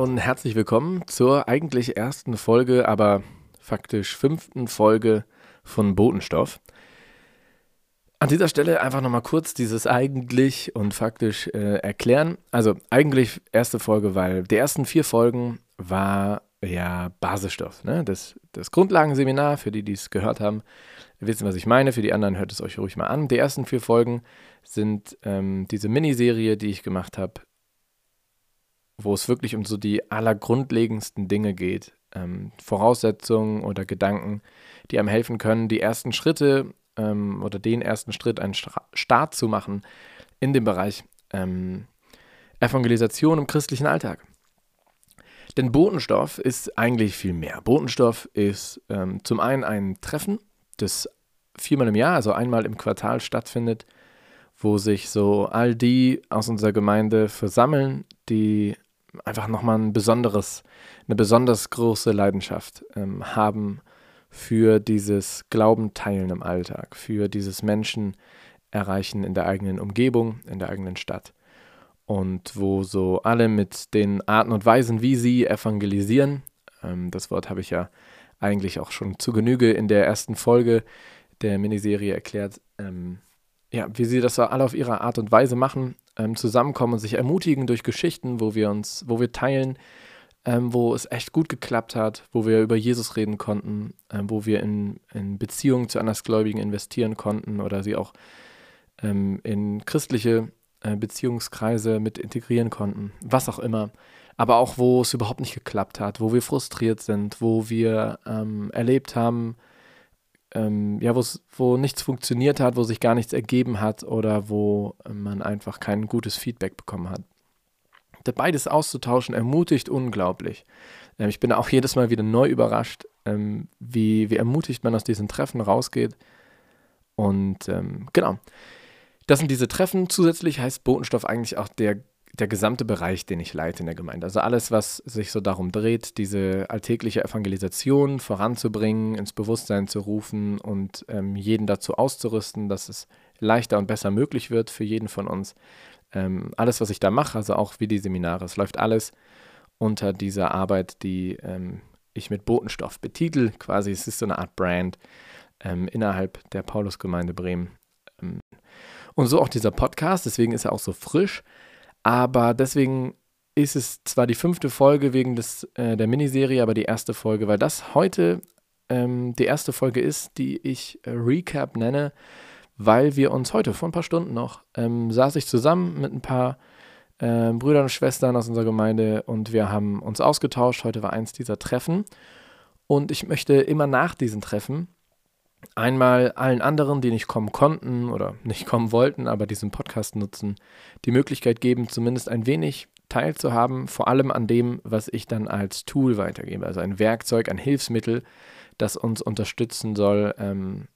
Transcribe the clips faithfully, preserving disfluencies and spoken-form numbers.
und herzlich willkommen zur eigentlich ersten Folge, aber faktisch fünften Folge von Botenstoff. An dieser Stelle einfach nochmal kurz dieses eigentlich und faktisch äh, erklären. Also eigentlich erste Folge, weil die ersten vier Folgen war ja Basisstoff, ne? Das, das Grundlagenseminar, für die, die es gehört haben, wissen, was ich meine. Für die anderen hört es euch ruhig mal an. Die ersten vier Folgen sind ähm, diese Miniserie, die ich gemacht habe, wo es wirklich um so die allergrundlegendsten Dinge geht. Ähm, Voraussetzungen oder Gedanken, die einem helfen können, die ersten Schritte ähm, oder den ersten Schritt, einen Stra- Start zu machen in dem Bereich ähm, Evangelisation im christlichen Alltag. Denn Botenstoff ist eigentlich viel mehr. Botenstoff ist ähm, zum einen ein Treffen, das viermal im Jahr, also einmal im Quartal stattfindet, wo sich so all die aus unserer Gemeinde versammeln, die einfach nochmal ein besonderes, eine besonders große Leidenschaft ähm, haben für dieses Glauben teilen im Alltag, für dieses Menschen erreichen in der eigenen Umgebung, in der eigenen Stadt. Und wo so alle mit den Arten und Weisen, wie sie evangelisieren, ähm, das Wort habe ich ja eigentlich auch schon zu Genüge in der ersten Folge der Miniserie erklärt, ähm, ja, wie sie das so alle auf ihre Art und Weise machen, ähm, zusammenkommen und sich ermutigen durch Geschichten, wo wir uns, wo wir teilen, ähm, wo es echt gut geklappt hat, wo wir über Jesus reden konnten, ähm, wo wir in, in Beziehungen zu Andersgläubigen investieren konnten oder sie auch ähm, in christliche äh, Beziehungskreise mit integrieren konnten, was auch immer. Aber auch, wo es überhaupt nicht geklappt hat, wo wir frustriert sind, wo wir ähm, erlebt haben, Ähm, ja, wo nichts funktioniert hat, wo sich gar nichts ergeben hat oder wo man einfach kein gutes Feedback bekommen hat. Beides auszutauschen ermutigt unglaublich. Ähm, ich bin auch jedes Mal wieder neu überrascht, ähm, wie, wie ermutigt man aus diesen Treffen rausgeht. Und ähm, genau, das sind diese Treffen. Zusätzlich heißt Botenstoff eigentlich auch der der gesamte Bereich, den ich leite in der Gemeinde. Also alles, was sich so darum dreht, diese alltägliche Evangelisation voranzubringen, ins Bewusstsein zu rufen und ähm, jeden dazu auszurüsten, dass es leichter und besser möglich wird für jeden von uns. Ähm, alles, was ich da mache, also auch wie die Seminare, es läuft alles unter dieser Arbeit, die ähm, ich mit Botenstoff betitel. Quasi, es ist so eine Art Brand ähm, innerhalb der Paulusgemeinde Bremen. Ähm, und so auch dieser Podcast, deswegen ist er auch so frisch. Aber deswegen ist es zwar die fünfte Folge wegen des, äh, der Miniserie, aber die erste Folge, weil das heute ähm, die erste Folge ist, die ich äh, Recap nenne, weil wir uns heute, vor ein paar Stunden noch, ähm, saß ich zusammen mit ein paar äh, Brüdern und Schwestern aus unserer Gemeinde und wir haben uns ausgetauscht. Heute war eins dieser Treffen und ich möchte immer nach diesen Treffen einmal allen anderen, die nicht kommen konnten oder nicht kommen wollten, aber diesen Podcast nutzen, die Möglichkeit geben, zumindest ein wenig teilzuhaben, vor allem an dem, was ich dann als Tool weitergebe. Also ein Werkzeug, ein Hilfsmittel, das uns unterstützen soll, ähm,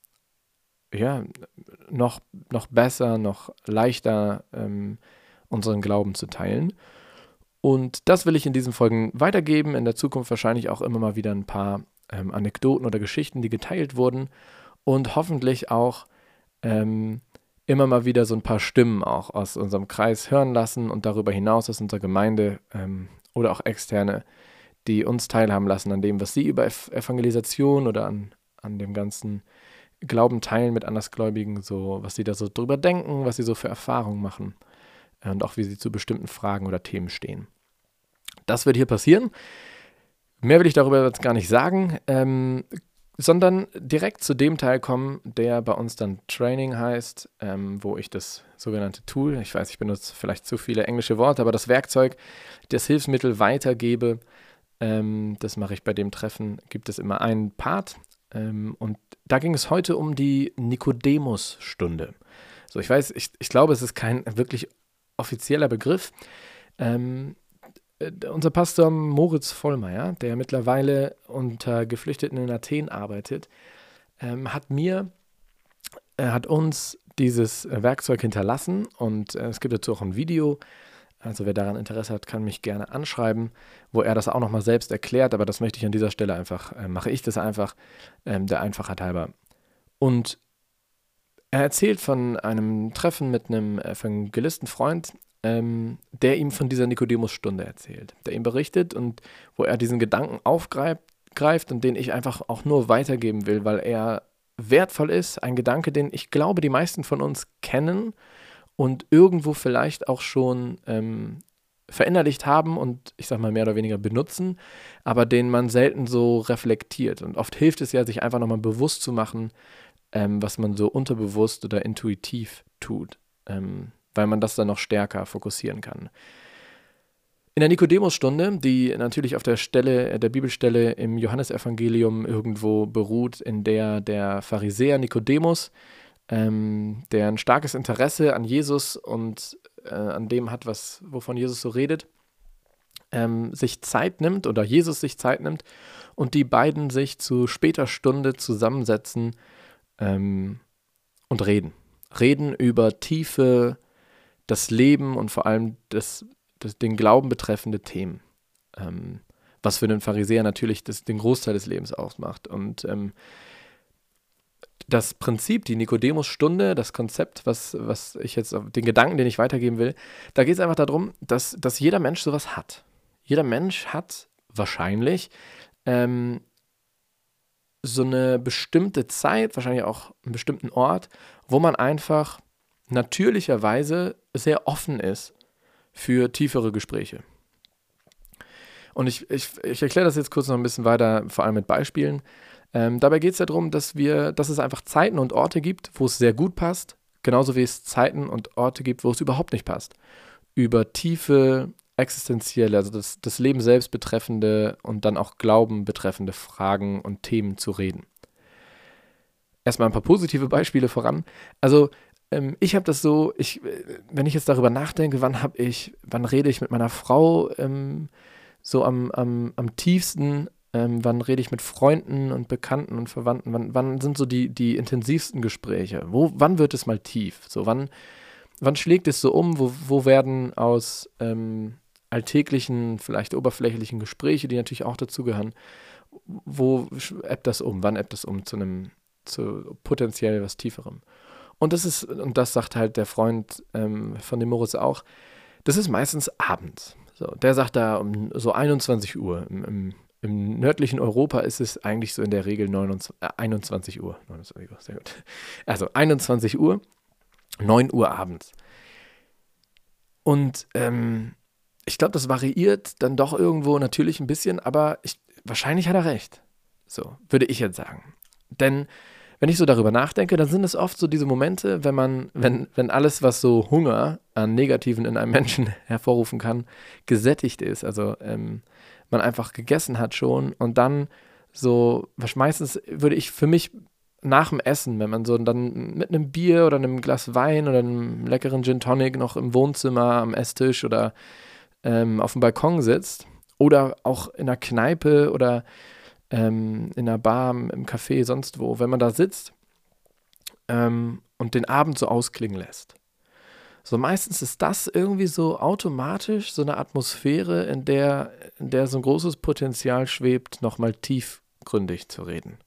ja, noch, noch besser, noch leichter ähm, unseren Glauben zu teilen. Und das will ich in diesen Folgen weitergeben, in der Zukunft wahrscheinlich auch immer mal wieder ein paar ähm, Anekdoten oder Geschichten, die geteilt wurden. Und hoffentlich auch ähm, immer mal wieder so ein paar Stimmen auch aus unserem Kreis hören lassen und darüber hinaus aus unserer Gemeinde ähm, oder auch Externe, die uns teilhaben lassen an dem, was sie über Ev- Evangelisation oder an, an dem ganzen Glauben teilen mit Andersgläubigen, so was sie da so drüber denken, was sie so für Erfahrungen machen äh, und auch wie sie zu bestimmten Fragen oder Themen stehen. Das wird hier passieren. Mehr will ich darüber jetzt gar nicht sagen. Ähm, sondern direkt zu dem Teil kommen, der bei uns dann Training heißt, ähm, wo ich das sogenannte Tool, ich weiß, ich benutze vielleicht zu viele englische Worte, aber das Werkzeug, das Hilfsmittel weitergebe, ähm, das mache ich bei dem Treffen, gibt es immer einen Part ähm, und da ging es heute um die Nikodemus-Stunde. So, ich weiß, ich, ich glaube, es ist kein wirklich offizieller Begriff, ähm, unser Pastor Moritz Vollmeier, der mittlerweile unter Geflüchteten in Athen arbeitet, ähm, hat mir, er hat uns dieses Werkzeug hinterlassen und äh, es gibt dazu auch ein Video. Also wer daran Interesse hat, kann mich gerne anschreiben, wo er das auch nochmal selbst erklärt, aber das möchte ich an dieser Stelle einfach, äh, mache ich das einfach, ähm, der Einfachheit halber. Und er erzählt von einem Treffen mit einem Evangelistenfreund ähm, der ihm von dieser Nikodemus-Stunde erzählt, der ihm berichtet und wo er diesen Gedanken aufgreift greift und den ich einfach auch nur weitergeben will, weil er wertvoll ist, ein Gedanke, den ich glaube, die meisten von uns kennen und irgendwo vielleicht auch schon ähm, verinnerlicht haben und ich sag mal mehr oder weniger benutzen, aber den man selten so reflektiert. Und oft hilft es ja, sich einfach nochmal bewusst zu machen, ähm, was man so unterbewusst oder intuitiv tut, ähm, weil man das dann noch stärker fokussieren kann. In der Nikodemus-Stunde, die natürlich auf der Stelle, der Bibelstelle im Johannesevangelium irgendwo beruht, in der der Pharisäer Nikodemus, ähm, der ein starkes Interesse an Jesus und äh, an dem hat, was, wovon Jesus so redet, ähm, sich Zeit nimmt oder Jesus sich Zeit nimmt und die beiden sich zu später Stunde zusammensetzen ähm, und reden. Reden über tiefe, das Leben und vor allem das Das, den Glauben betreffende Themen, ähm, was für den Pharisäer natürlich das, den Großteil des Lebens ausmacht. Und ähm, das Prinzip, die Nikodemus-Stunde, das Konzept, was, was ich jetzt, den Gedanken, den ich weitergeben will, da geht es einfach darum, dass, dass jeder Mensch sowas hat. Jeder Mensch hat wahrscheinlich ähm, so eine bestimmte Zeit, wahrscheinlich auch einen bestimmten Ort, wo man einfach natürlicherweise sehr offen ist für tiefere Gespräche. Und ich, ich, ich erkläre das jetzt kurz noch ein bisschen weiter, vor allem mit Beispielen. Ähm, dabei geht es ja darum, dass wir, dass es einfach Zeiten und Orte gibt, wo es sehr gut passt, genauso wie es Zeiten und Orte gibt, wo es überhaupt nicht passt. Über tiefe, existenzielle, also das, das Leben selbst betreffende und dann auch Glauben betreffende Fragen und Themen zu reden. Erstmal ein paar positive Beispiele voran. Also Ähm, ich habe das so, ich, wenn ich jetzt darüber nachdenke, wann habe ich, wann rede ich mit meiner Frau ähm, so am, am, am tiefsten, ähm, wann rede ich mit Freunden und Bekannten und Verwandten, wann, wann sind so die, die intensivsten Gespräche? Wo, wann wird es mal tief? So, wann, wann schlägt es so um? Wo, wo werden aus ähm, alltäglichen, vielleicht oberflächlichen Gespräche, die natürlich auch dazugehören, wo ebbt das um? Wann ebbt das um zu einem, zu potenziell was Tieferem? Und das ist, und das sagt halt der Freund ähm, von dem Moritz auch, das ist meistens abends. So, der sagt da um so einundzwanzig Uhr. Im, im, im nördlichen Europa ist es eigentlich so in der Regel neunundzwanzig, äh, einundzwanzig Uhr. neunundzwanzig Uhr, sehr gut. Also einundzwanzig Uhr, neun Uhr abends. Und ähm, ich glaube, das variiert dann doch irgendwo natürlich ein bisschen, aber ich, wahrscheinlich hat er recht. So, würde ich jetzt sagen. Denn wenn ich so darüber nachdenke, dann sind es oft so diese Momente, wenn man, wenn, wenn alles, was so Hunger an Negativen in einem Menschen hervorrufen kann, gesättigt ist. Also ähm, man einfach gegessen hat schon und dann so, was meistens würde ich für mich nach dem Essen, wenn man so dann mit einem Bier oder einem Glas Wein oder einem leckeren Gin Tonic noch im Wohnzimmer am Esstisch oder ähm, auf dem Balkon sitzt oder auch in einer Kneipe oder Ähm, in einer Bar, im Café, sonst wo, wenn man da sitzt ähm, und den Abend so ausklingen lässt. So meistens ist das irgendwie so automatisch so eine Atmosphäre, in der, in der so ein großes Potenzial schwebt, nochmal tiefgründig zu reden.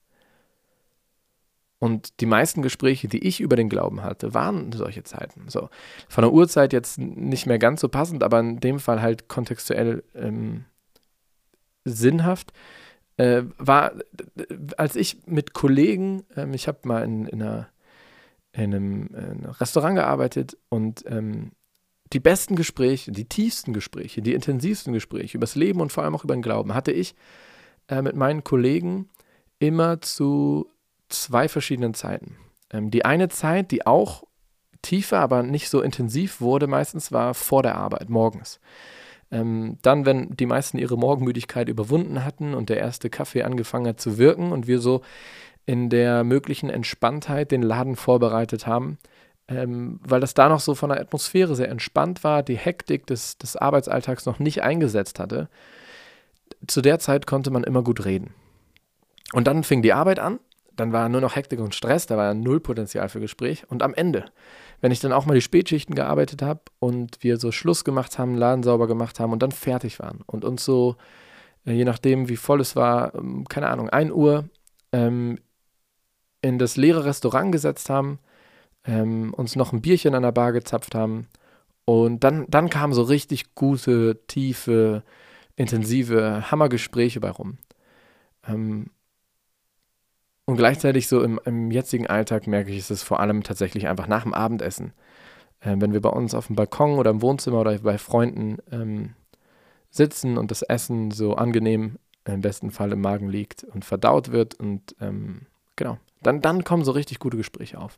Und die meisten Gespräche, die ich über den Glauben hatte, waren solche Zeiten. So, von der Uhrzeit jetzt nicht mehr ganz so passend, aber in dem Fall halt kontextuell ähm, sinnhaft. Äh, war, als ich mit Kollegen, ähm, ich habe mal in, in, einer, in, einem, in einem Restaurant gearbeitet und ähm, die besten Gespräche, die tiefsten Gespräche, die intensivsten Gespräche über das Leben und vor allem auch über den Glauben hatte ich äh, mit meinen Kollegen immer zu zwei verschiedenen Zeiten. Ähm, die eine Zeit, die auch tiefer, aber nicht so intensiv wurde, meistens war vor der Arbeit, morgens. Ähm, dann, wenn die meisten ihre Morgenmüdigkeit überwunden hatten und der erste Kaffee angefangen hat zu wirken und wir so in der möglichen Entspanntheit den Laden vorbereitet haben, ähm, weil das da noch so von der Atmosphäre sehr entspannt war, die Hektik des, des Arbeitsalltags noch nicht eingesetzt hatte. Zu der Zeit konnte man immer gut reden. Und dann fing die Arbeit an, dann war nur noch Hektik und Stress, da war null Potenzial für Gespräch. Und am Ende, wenn ich dann auch mal die Spätschichten gearbeitet habe und wir so Schluss gemacht haben, Laden sauber gemacht haben und dann fertig waren und uns so, äh, je nachdem wie voll es war, ähm, keine Ahnung, ein Uhr ähm, in das leere Restaurant gesetzt haben, ähm, uns noch ein Bierchen an der Bar gezapft haben Und dann, dann kamen so richtig gute, tiefe, intensive Hammergespräche bei rum. Ähm, und gleichzeitig so im, im jetzigen Alltag merke ich, ist es vor allem tatsächlich einfach nach dem Abendessen. Ähm, wenn wir bei uns auf dem Balkon oder im Wohnzimmer oder bei Freunden ähm, sitzen und das Essen so angenehm im besten Fall im Magen liegt und verdaut wird und ähm, genau, dann, dann kommen so richtig gute Gespräche auf.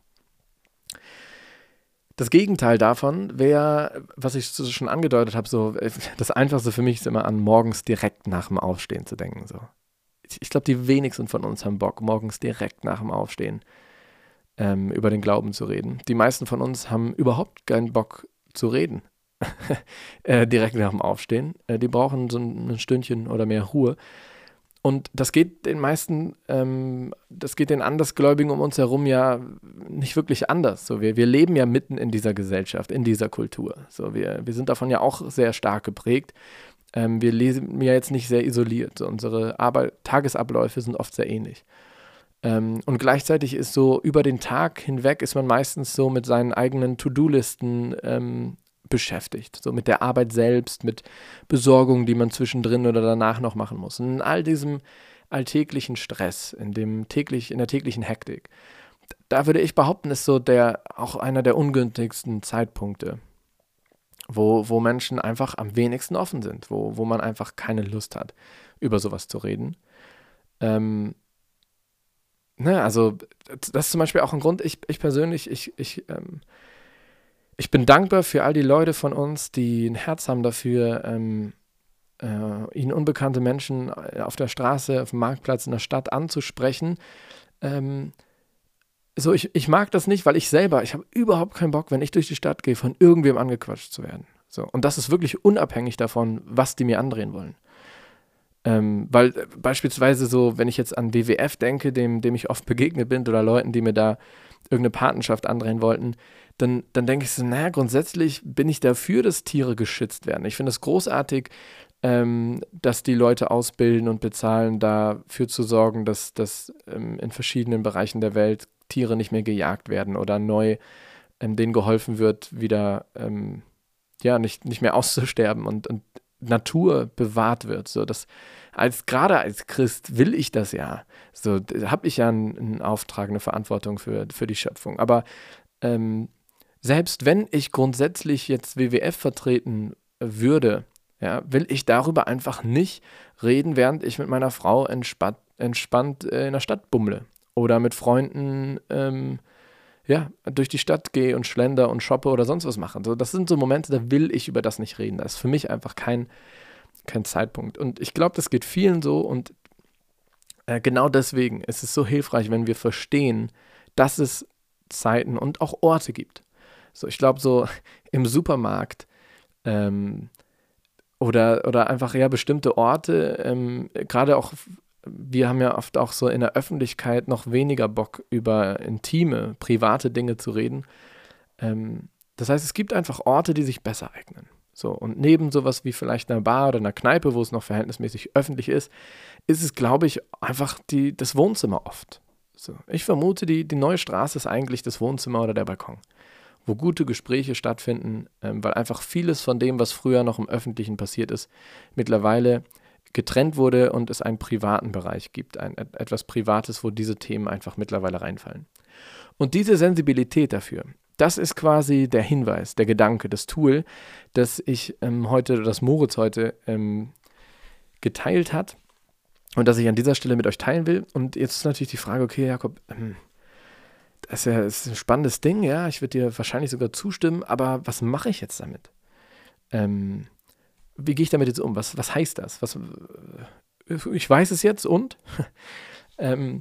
Das Gegenteil davon wäre, was ich so schon angedeutet habe, so das Einfachste für mich ist immer an morgens direkt nach dem Aufstehen zu denken. So. Ich, ich glaube, die wenigsten von uns haben Bock, morgens direkt nach dem Aufstehen ähm, über den Glauben zu reden. Die meisten von uns haben überhaupt keinen Bock zu reden. äh, direkt nach dem Aufstehen. Äh, die brauchen so ein, ein Stündchen oder mehr Ruhe. Und das geht den meisten, ähm, das geht den Andersgläubigen um uns herum ja nicht wirklich anders. So, wir, wir leben ja mitten in dieser Gesellschaft, in dieser Kultur. So, wir, wir sind davon ja auch sehr stark geprägt. Ähm, wir leben ja jetzt nicht sehr isoliert. So, unsere Arbeit, Tagesabläufe sind oft sehr ähnlich. Ähm, und gleichzeitig ist so über den Tag hinweg ist man meistens so mit seinen eigenen To-Do-Listen ähm, beschäftigt, so mit der Arbeit selbst, mit Besorgungen, die man zwischendrin oder danach noch machen muss. Und in all diesem alltäglichen Stress, in dem täglich, in der täglichen Hektik, da würde ich behaupten, ist so der auch einer der ungünstigsten Zeitpunkte, wo, wo Menschen einfach am wenigsten offen sind, wo, wo man einfach keine Lust hat, über sowas zu reden. Ähm, ne, also das ist zum Beispiel auch ein Grund, ich, ich persönlich, ich, ich ähm, Ich bin dankbar für all die Leute von uns, die ein Herz haben dafür, ähm, äh, ihnen unbekannte Menschen auf der Straße, auf dem Marktplatz, in der Stadt anzusprechen. Ähm, so, ich, ich mag das nicht, weil ich selber, ich habe überhaupt keinen Bock, wenn ich durch die Stadt gehe, von irgendwem angequatscht zu werden. So, und das ist wirklich unabhängig davon, was die mir andrehen wollen. Ähm, weil äh, beispielsweise so, wenn ich jetzt an W W F denke, dem, dem ich oft begegnet bin, oder Leuten, die mir da irgendeine Patenschaft andrehen wollten, dann, dann denke ich so, naja, grundsätzlich bin ich dafür, dass Tiere geschützt werden. Ich finde es großartig, ähm, dass die Leute ausbilden und bezahlen, dafür zu sorgen, dass, dass ähm, in verschiedenen Bereichen der Welt Tiere nicht mehr gejagt werden oder neu ähm, denen geholfen wird, wieder ähm, ja, nicht, nicht mehr auszusterben und, und Natur bewahrt wird. So, das als gerade als Christ will ich das ja. So habe ich ja einen, einen Auftrag, eine Verantwortung für, für die Schöpfung. Aber ähm, selbst wenn ich grundsätzlich jetzt W W F vertreten würde, ja, will ich darüber einfach nicht reden, während ich mit meiner Frau entspannt, entspannt äh, in der Stadt bummle oder mit Freunden ähm, ja, durch die Stadt gehe und schlender und shoppe oder sonst was mache. So, das sind so Momente, da will ich über das nicht reden. Das ist für mich einfach kein, kein Zeitpunkt. Und ich glaube, das geht vielen so und äh, genau deswegen ist es so hilfreich, wenn wir verstehen, dass es Zeiten und auch Orte gibt. So, ich glaube, so im Supermarkt ähm, oder, oder einfach ja bestimmte Orte, ähm, gerade auch, wir haben ja oft auch so in der Öffentlichkeit noch weniger Bock, über intime, private Dinge zu reden. Ähm, das heißt, es gibt einfach Orte, die sich besser eignen. So, und neben sowas wie vielleicht einer Bar oder einer Kneipe, wo es noch verhältnismäßig öffentlich ist, ist es, glaube ich, einfach die, das Wohnzimmer oft. So, ich vermute, die, die neue Straße ist eigentlich das Wohnzimmer oder der Balkon, wo gute Gespräche stattfinden, ähm, weil einfach vieles von dem, was früher noch im Öffentlichen passiert ist, mittlerweile getrennt wurde und es einen privaten Bereich gibt, ein, etwas Privates, wo diese Themen einfach mittlerweile reinfallen. Und diese Sensibilität dafür, das ist quasi der Hinweis, der Gedanke, das Tool, das ich ähm, heute, das Moritz heute ähm, geteilt hat und das ich an dieser Stelle mit euch teilen will. Und jetzt ist natürlich die Frage, okay, Jakob, ähm, das ist ja das ist ein spannendes Ding, ja, ich würde dir wahrscheinlich sogar zustimmen, aber was mache ich jetzt damit? Ähm, wie gehe ich damit jetzt um? Was, was heißt das? Was, ich weiß es jetzt und? ähm,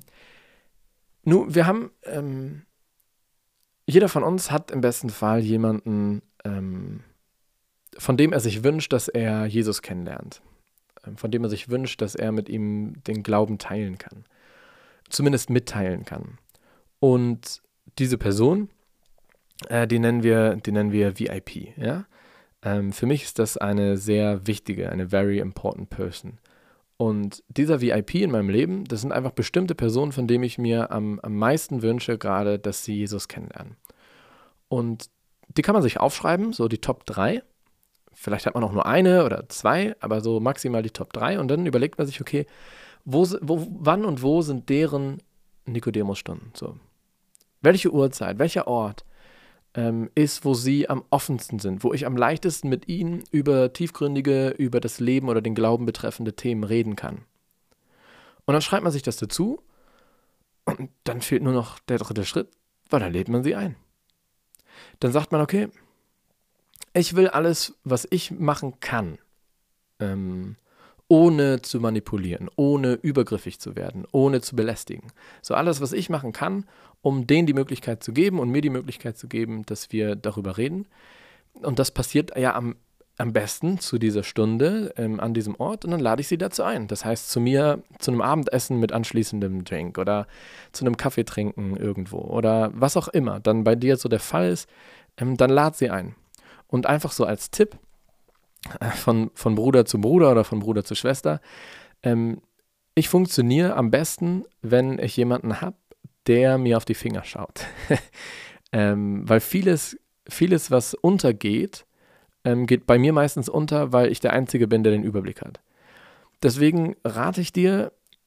nun, wir haben, ähm, jeder von uns hat im besten Fall jemanden, ähm, von dem er sich wünscht, dass er Jesus kennenlernt. Ähm, von dem er sich wünscht, dass er mit ihm den Glauben teilen kann. Zumindest mitteilen kann. Und diese Person, äh, die nennen wir, die nennen wir V I P, ja? Ähm, für mich ist das eine sehr wichtige, eine very important person. Und dieser V I P in meinem Leben, das sind einfach bestimmte Personen, von denen ich mir am, am meisten wünsche, gerade, dass sie Jesus kennenlernen. Und die kann man sich aufschreiben, so die Top drei. Vielleicht hat man auch nur eine oder zwei, aber so maximal die Top drei. Und dann überlegt man sich, okay, wo, wo, wann und wo sind deren Nikodemus-Stunden? So. Welche Uhrzeit, welcher Ort ähm, ist, wo sie am offensten sind, wo ich am leichtesten mit ihnen über tiefgründige, über das Leben oder den Glauben betreffende Themen reden kann. Und dann schreibt man sich das dazu und dann fehlt nur noch der dritte Schritt, weil dann lädt man sie ein. Dann sagt man, okay, ich will alles, was ich machen kann, ähm, ohne zu manipulieren, ohne übergriffig zu werden, ohne zu belästigen. So alles, was ich machen kann, um denen die Möglichkeit zu geben und mir die Möglichkeit zu geben, dass wir darüber reden. Und das passiert ja am, am besten zu dieser Stunde ähm, an diesem Ort und dann lade ich sie dazu ein. Das heißt, zu mir, zu einem Abendessen mit anschließendem Drink oder zu einem Kaffee trinken irgendwo oder was auch immer dann bei dir so der Fall ist, ähm, dann lad sie ein. Und einfach so als Tipp, Von, von Bruder zu Bruder oder von Bruder zu Schwester. Ähm, ich funktioniere am besten, wenn ich jemanden habe, der mir auf die Finger schaut. ähm, weil vieles, vieles, was untergeht, ähm, geht bei mir meistens unter, weil ich der Einzige bin, der den Überblick hat. Deswegen rate ich dir,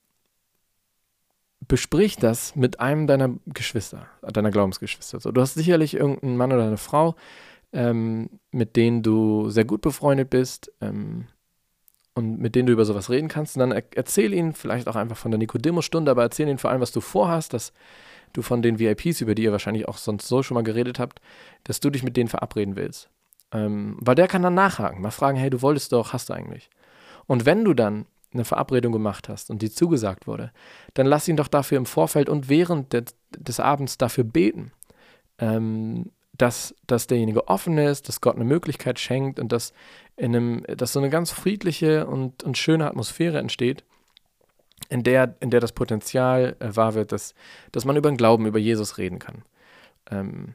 besprich das mit einem deiner Geschwister, deiner Glaubensgeschwister. So, du hast sicherlich irgendeinen Mann oder eine Frau, Ähm, mit denen du sehr gut befreundet bist ähm, und mit denen du über sowas reden kannst. Und dann er- erzähl ihnen vielleicht auch einfach von der Nikodemus-Stunde, aber erzähl ihnen vor allem, was du vorhast, dass du von den V I Ps, über die ihr wahrscheinlich auch sonst so schon mal geredet habt, dass du dich mit denen verabreden willst. Ähm, weil der kann dann nachhaken, mal fragen, hey, du wolltest doch, hast du eigentlich? Und wenn du dann eine Verabredung gemacht hast und die zugesagt wurde, dann lass ihn doch dafür im Vorfeld und während de- des Abends dafür beten. Ähm, Dass, dass derjenige offen ist, dass Gott eine Möglichkeit schenkt und dass, in einem, dass so eine ganz friedliche und, und schöne Atmosphäre entsteht, in der, in der das Potenzial äh, wahr wird, dass, dass man über den Glauben, über Jesus reden kann. Ähm,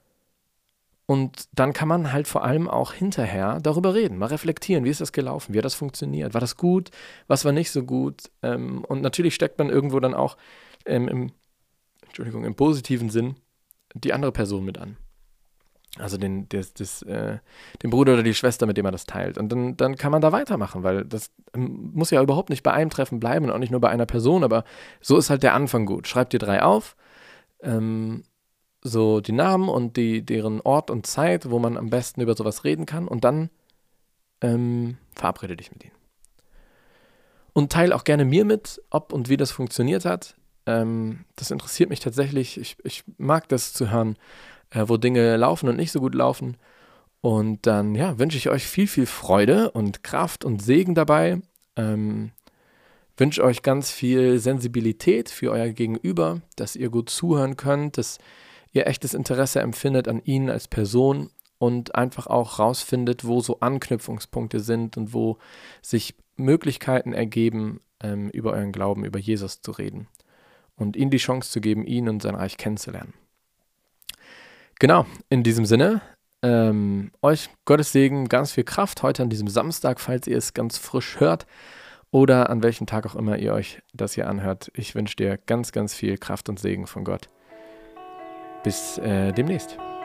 und dann kann man halt vor allem auch hinterher darüber reden, mal reflektieren, wie ist das gelaufen, wie hat das funktioniert, war das gut, was war nicht so gut. Ähm, und natürlich steckt man irgendwo dann auch ähm, im, Entschuldigung, im positiven Sinn die andere Person mit an. Also den, des, des, äh, den Bruder oder die Schwester, mit dem man das teilt. Und dann, dann kann man da weitermachen, weil das ähm, muss ja überhaupt nicht bei einem Treffen bleiben und auch nicht nur bei einer Person, aber so ist halt der Anfang gut. Schreib dir drei auf, ähm, so die Namen und die, deren Ort und Zeit, wo man am besten über sowas reden kann und dann ähm, verabrede dich mit ihnen. Und teile auch gerne mir mit, ob und wie das funktioniert hat. Ähm, das interessiert mich tatsächlich. Ich, ich mag das zu hören, äh, wo Dinge laufen und nicht so gut laufen. Und dann ja, wünsche ich euch viel, viel Freude und Kraft und Segen dabei. Ähm, wünsche euch ganz viel Sensibilität für euer Gegenüber, dass ihr gut zuhören könnt, dass ihr echtes Interesse empfindet an ihnen als Person und einfach auch rausfindet, wo so Anknüpfungspunkte sind und wo sich Möglichkeiten ergeben, ähm, über euren Glauben, über Jesus zu reden und ihnen die Chance zu geben, ihn und sein Reich kennenzulernen. Genau, in diesem Sinne, ähm, euch Gottes Segen, ganz viel Kraft heute an diesem Samstag, falls ihr es ganz frisch hört oder an welchem Tag auch immer ihr euch das hier anhört. Ich wünsche dir ganz, ganz viel Kraft und Segen von Gott. Bis äh, demnächst.